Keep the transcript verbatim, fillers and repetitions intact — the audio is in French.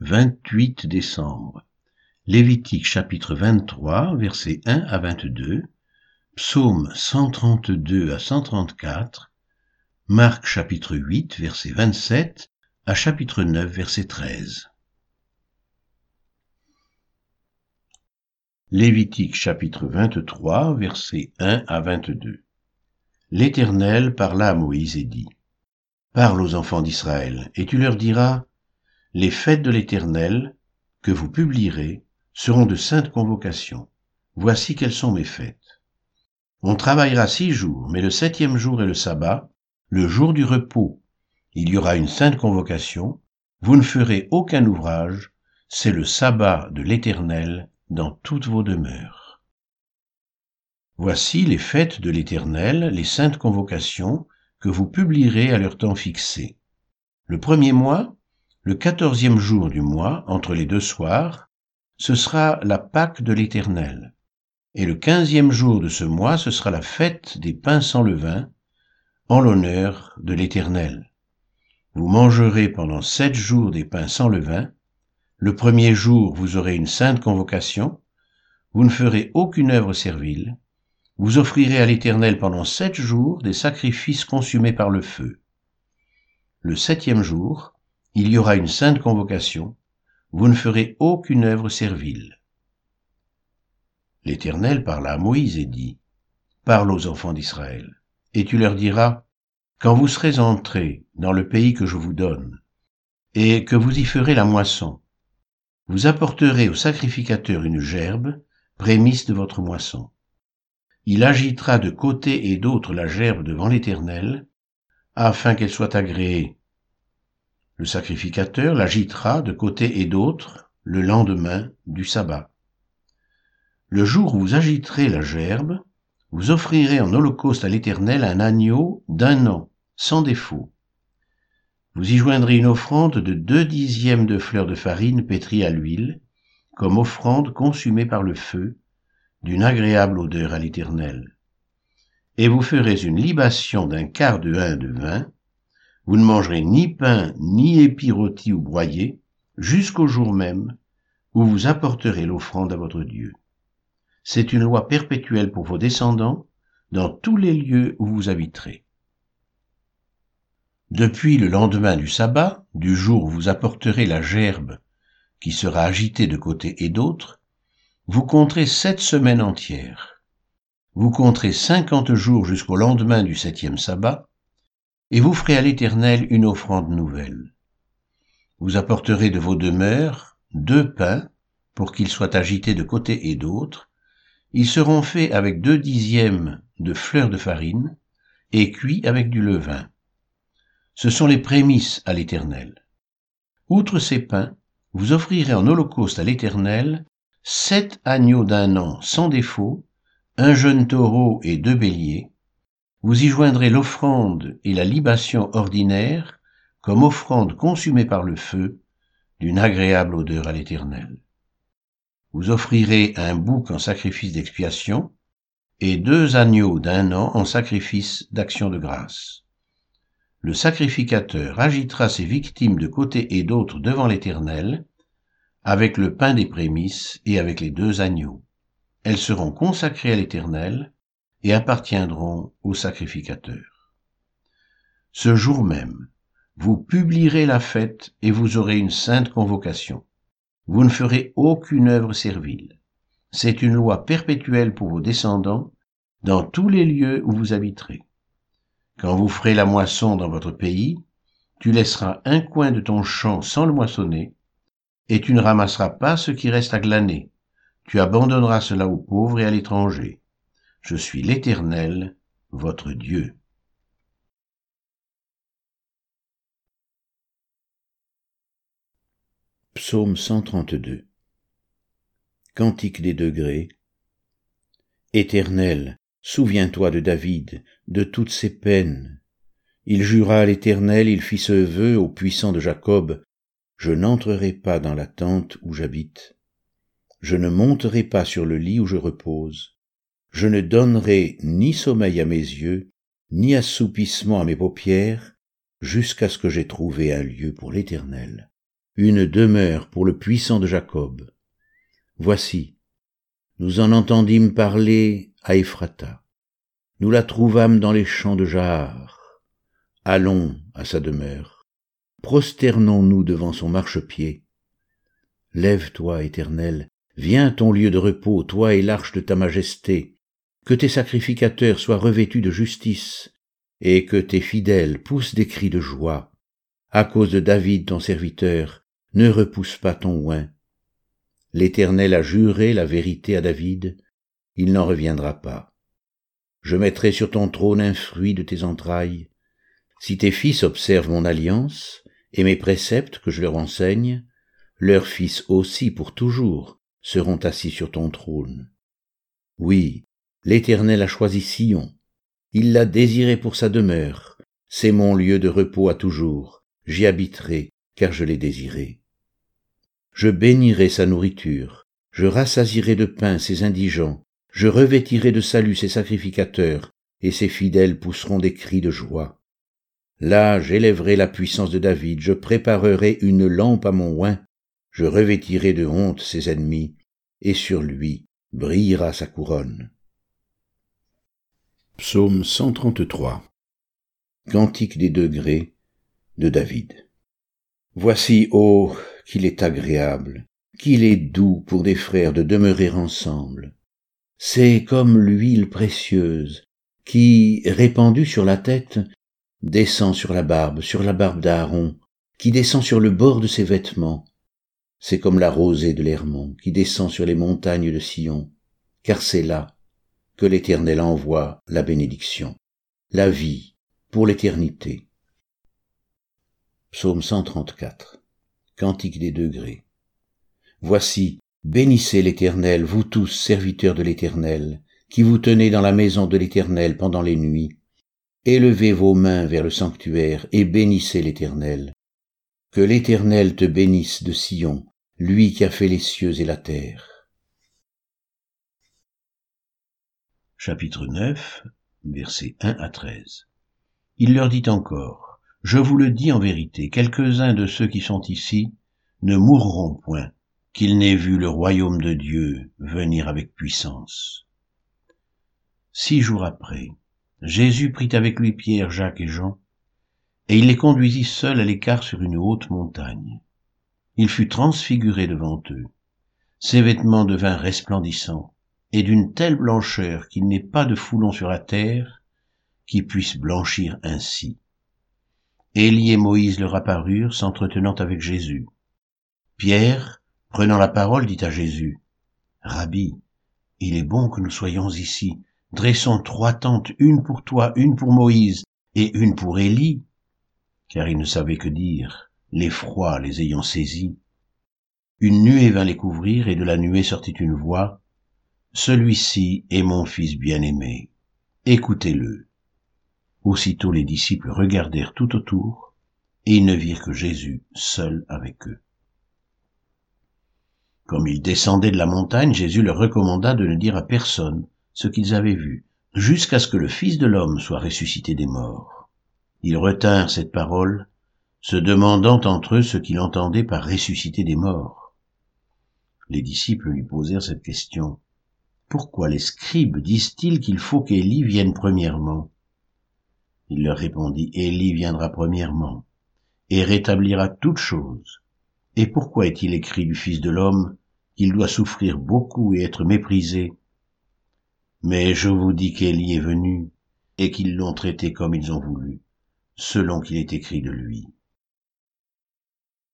vingt-huit décembre. Lévitique chapitre vingt-trois, versets un à vingt-deux, Psaume cent trente-deux à cent trente-quatre, Marc chapitre huit, verset vingt-sept à chapitre neuf, verset treize. Lévitique chapitre vingt-trois, versets un à vingt-deux. L'Éternel parla à Moïse et dit: Parle aux enfants d'Israël, et tu leur diras: Les fêtes de l'Éternel, que vous publierez, seront de saintes convocations. Voici quelles sont mes fêtes. On travaillera six jours, mais le septième jour est le sabbat, le jour du repos. Il y aura une sainte convocation. Vous ne ferez aucun ouvrage. C'est le sabbat de l'Éternel dans toutes vos demeures. Voici les fêtes de l'Éternel, les saintes convocations, que vous publierez à leur temps fixé. Le premier mois, le quatorzième jour du mois, entre les deux soirs, ce sera la Pâque de l'Éternel. Et le quinzième jour de ce mois, ce sera la fête des pains sans levain, en l'honneur de l'Éternel. Vous mangerez pendant sept jours des pains sans levain. Le premier jour, vous aurez une sainte convocation. Vous ne ferez aucune œuvre servile. Vous offrirez à l'Éternel pendant sept jours des sacrifices consumés par le feu. Le septième jour, il y aura une sainte convocation. Vous ne ferez aucune œuvre servile. L'Éternel parla à Moïse et dit: Parle aux enfants d'Israël, et tu leur diras: Quand vous serez entrés dans le pays que je vous donne, et que vous y ferez la moisson, vous apporterez au sacrificateur une gerbe, prémisse de votre moisson. Il agitera de côté et d'autre la gerbe devant l'Éternel, afin qu'elle soit agréée. Le sacrificateur l'agitera de côté et d'autre le lendemain du sabbat. Le jour où vous agiterez la gerbe, vous offrirez en holocauste à l'Éternel un agneau d'un an, sans défaut. Vous y joindrez une offrande de deux dixièmes de fleurs de farine pétrie à l'huile, comme offrande consumée par le feu, d'une agréable odeur à l'Éternel. Et vous ferez une libation d'un quart de hin de vin. Vous ne mangerez ni pain, ni épis rôtis ou broyés, jusqu'au jour même où vous apporterez l'offrande à votre Dieu. C'est une loi perpétuelle pour vos descendants, dans tous les lieux où vous habiterez. Depuis le lendemain du sabbat, du jour où vous apporterez la gerbe qui sera agitée de côté et d'autre, vous compterez sept semaines entières. Vous compterez cinquante jours jusqu'au lendemain du septième sabbat, et vous ferez à l'Éternel une offrande nouvelle. Vous apporterez de vos demeures deux pains pour qu'ils soient agités de côté et d'autre. Ils seront faits avec deux dixièmes de fleurs de farine et cuits avec du levain. Ce sont les prémices à l'Éternel. Outre ces pains, vous offrirez en holocauste à l'Éternel sept agneaux d'un an sans défaut, un jeune taureau et deux béliers. Vous y joindrez l'offrande et la libation ordinaire comme offrande consumée par le feu, d'une agréable odeur à l'Éternel. Vous offrirez un bouc en sacrifice d'expiation et deux agneaux d'un an en sacrifice d'action de grâce. Le sacrificateur agitera ses victimes de côté et d'autre devant l'Éternel, avec le pain des prémices et avec les deux agneaux. Elles seront consacrées à l'Éternel et appartiendront au sacrificateur. Ce jour même, vous publierez la fête et vous aurez une sainte convocation. Vous ne ferez aucune œuvre servile. C'est une loi perpétuelle pour vos descendants dans tous les lieux où vous habiterez. Quand vous ferez la moisson dans votre pays, tu laisseras un coin de ton champ sans le moissonner, et tu ne ramasseras pas ce qui reste à glaner. Tu abandonneras cela aux pauvres et à l'étranger. Je suis l'Éternel, votre Dieu. Psaume cent trente-deux. Cantique des degrés. Éternel, souviens-toi de David, de toutes ses peines. Il jura à l'Éternel, il fit ce vœu au puissant de Jacob: je n'entrerai pas dans la tente où j'habite. Je ne monterai pas sur le lit où je repose. Je ne donnerai ni sommeil à mes yeux, ni assoupissement à mes paupières, jusqu'à ce que j'aie trouvé un lieu pour l'Éternel, une demeure pour le puissant de Jacob. Voici, nous en entendîmes parler à Ephrata. Nous la trouvâmes dans les champs de Jahar. Allons à sa demeure. Prosternons-nous devant son marchepied. Lève-toi, Éternel, viens ton lieu de repos, toi et l'arche de ta majesté. Que tes sacrificateurs soient revêtus de justice, et que tes fidèles poussent des cris de joie. À cause de David ton serviteur, ne repousse pas ton oint. L'Éternel a juré la vérité à David, il n'en reviendra pas. Je mettrai sur ton trône un fruit de tes entrailles. Si tes fils observent mon alliance et mes préceptes que je leur enseigne, leurs fils aussi pour toujours seront assis sur ton trône. Oui, l'Éternel a choisi Sion, il l'a désiré pour sa demeure, c'est mon lieu de repos à toujours, j'y habiterai car je l'ai désiré. Je bénirai sa nourriture, je rassasierai de pain ses indigents, je revêtirai de salut ses sacrificateurs, et ses fidèles pousseront des cris de joie. Là j'élèverai la puissance de David, je préparerai une lampe à mon oint, je revêtirai de honte ses ennemis, et sur lui brillera sa couronne. Psaume cent trente-trois. Cantique des degrés de David. Voici, ô, qu'il est agréable, qu'il est doux pour des frères de demeurer ensemble. C'est comme l'huile précieuse qui, répandue sur la tête, descend sur la barbe, sur la barbe d'Aaron, qui descend sur le bord de ses vêtements. C'est comme la rosée de l'Hermon qui descend sur les montagnes de Sion, car c'est là que l'Éternel envoie la bénédiction, la vie pour l'éternité. Psaume cent trente-quatre. Cantique des degrés. Voici, bénissez l'Éternel, vous tous serviteurs de l'Éternel, qui vous tenez dans la maison de l'Éternel pendant les nuits. Élevez vos mains vers le sanctuaire et bénissez l'Éternel. Que l'Éternel te bénisse de Sion, lui qui a fait les cieux et la terre. Chapitre neuf, versets un à treize. Il leur dit encore, « Je vous le dis en vérité, quelques-uns de ceux qui sont ici ne mourront point, qu'ils n'aient vu le royaume de Dieu venir avec puissance. » Six jours après, Jésus prit avec lui Pierre, Jacques et Jean, et il les conduisit seuls à l'écart sur une haute montagne. Il fut transfiguré devant eux. Ses vêtements devinrent resplendissants, et d'une telle blancheur qu'il n'est pas de foulon sur la terre qui puisse blanchir ainsi. Élie et Moïse leur apparurent, s'entretenant avec Jésus. Pierre, prenant la parole, dit à Jésus, « Rabbi, il est bon que nous soyons ici. Dressons trois tentes, une pour toi, une pour Moïse et une pour Élie. » Car ils ne savaient que dire, l'effroi les ayant saisis. Une nuée vint les couvrir, et de la nuée sortit une voix, « Celui-ci est mon fils bien-aimé, écoutez-le. » Aussitôt les disciples regardèrent tout autour, et ils ne virent que Jésus seul avec eux. Comme ils descendaient de la montagne, Jésus leur recommanda de ne dire à personne ce qu'ils avaient vu, jusqu'à ce que le Fils de l'homme soit ressuscité des morts. Ils retinrent cette parole, se demandant entre eux ce qu'il entendait par ressusciter des morts. Les disciples lui posèrent cette question. « Pourquoi les scribes disent-ils qu'il faut qu'Élie vienne premièrement ?» Il leur répondit, « Élie viendra premièrement, et rétablira toutes choses. Et pourquoi est-il écrit du Fils de l'homme qu'il doit souffrir beaucoup et être méprisé? Mais je vous dis qu'Élie est venu, et qu'ils l'ont traité comme ils ont voulu, selon qu'il est écrit de lui.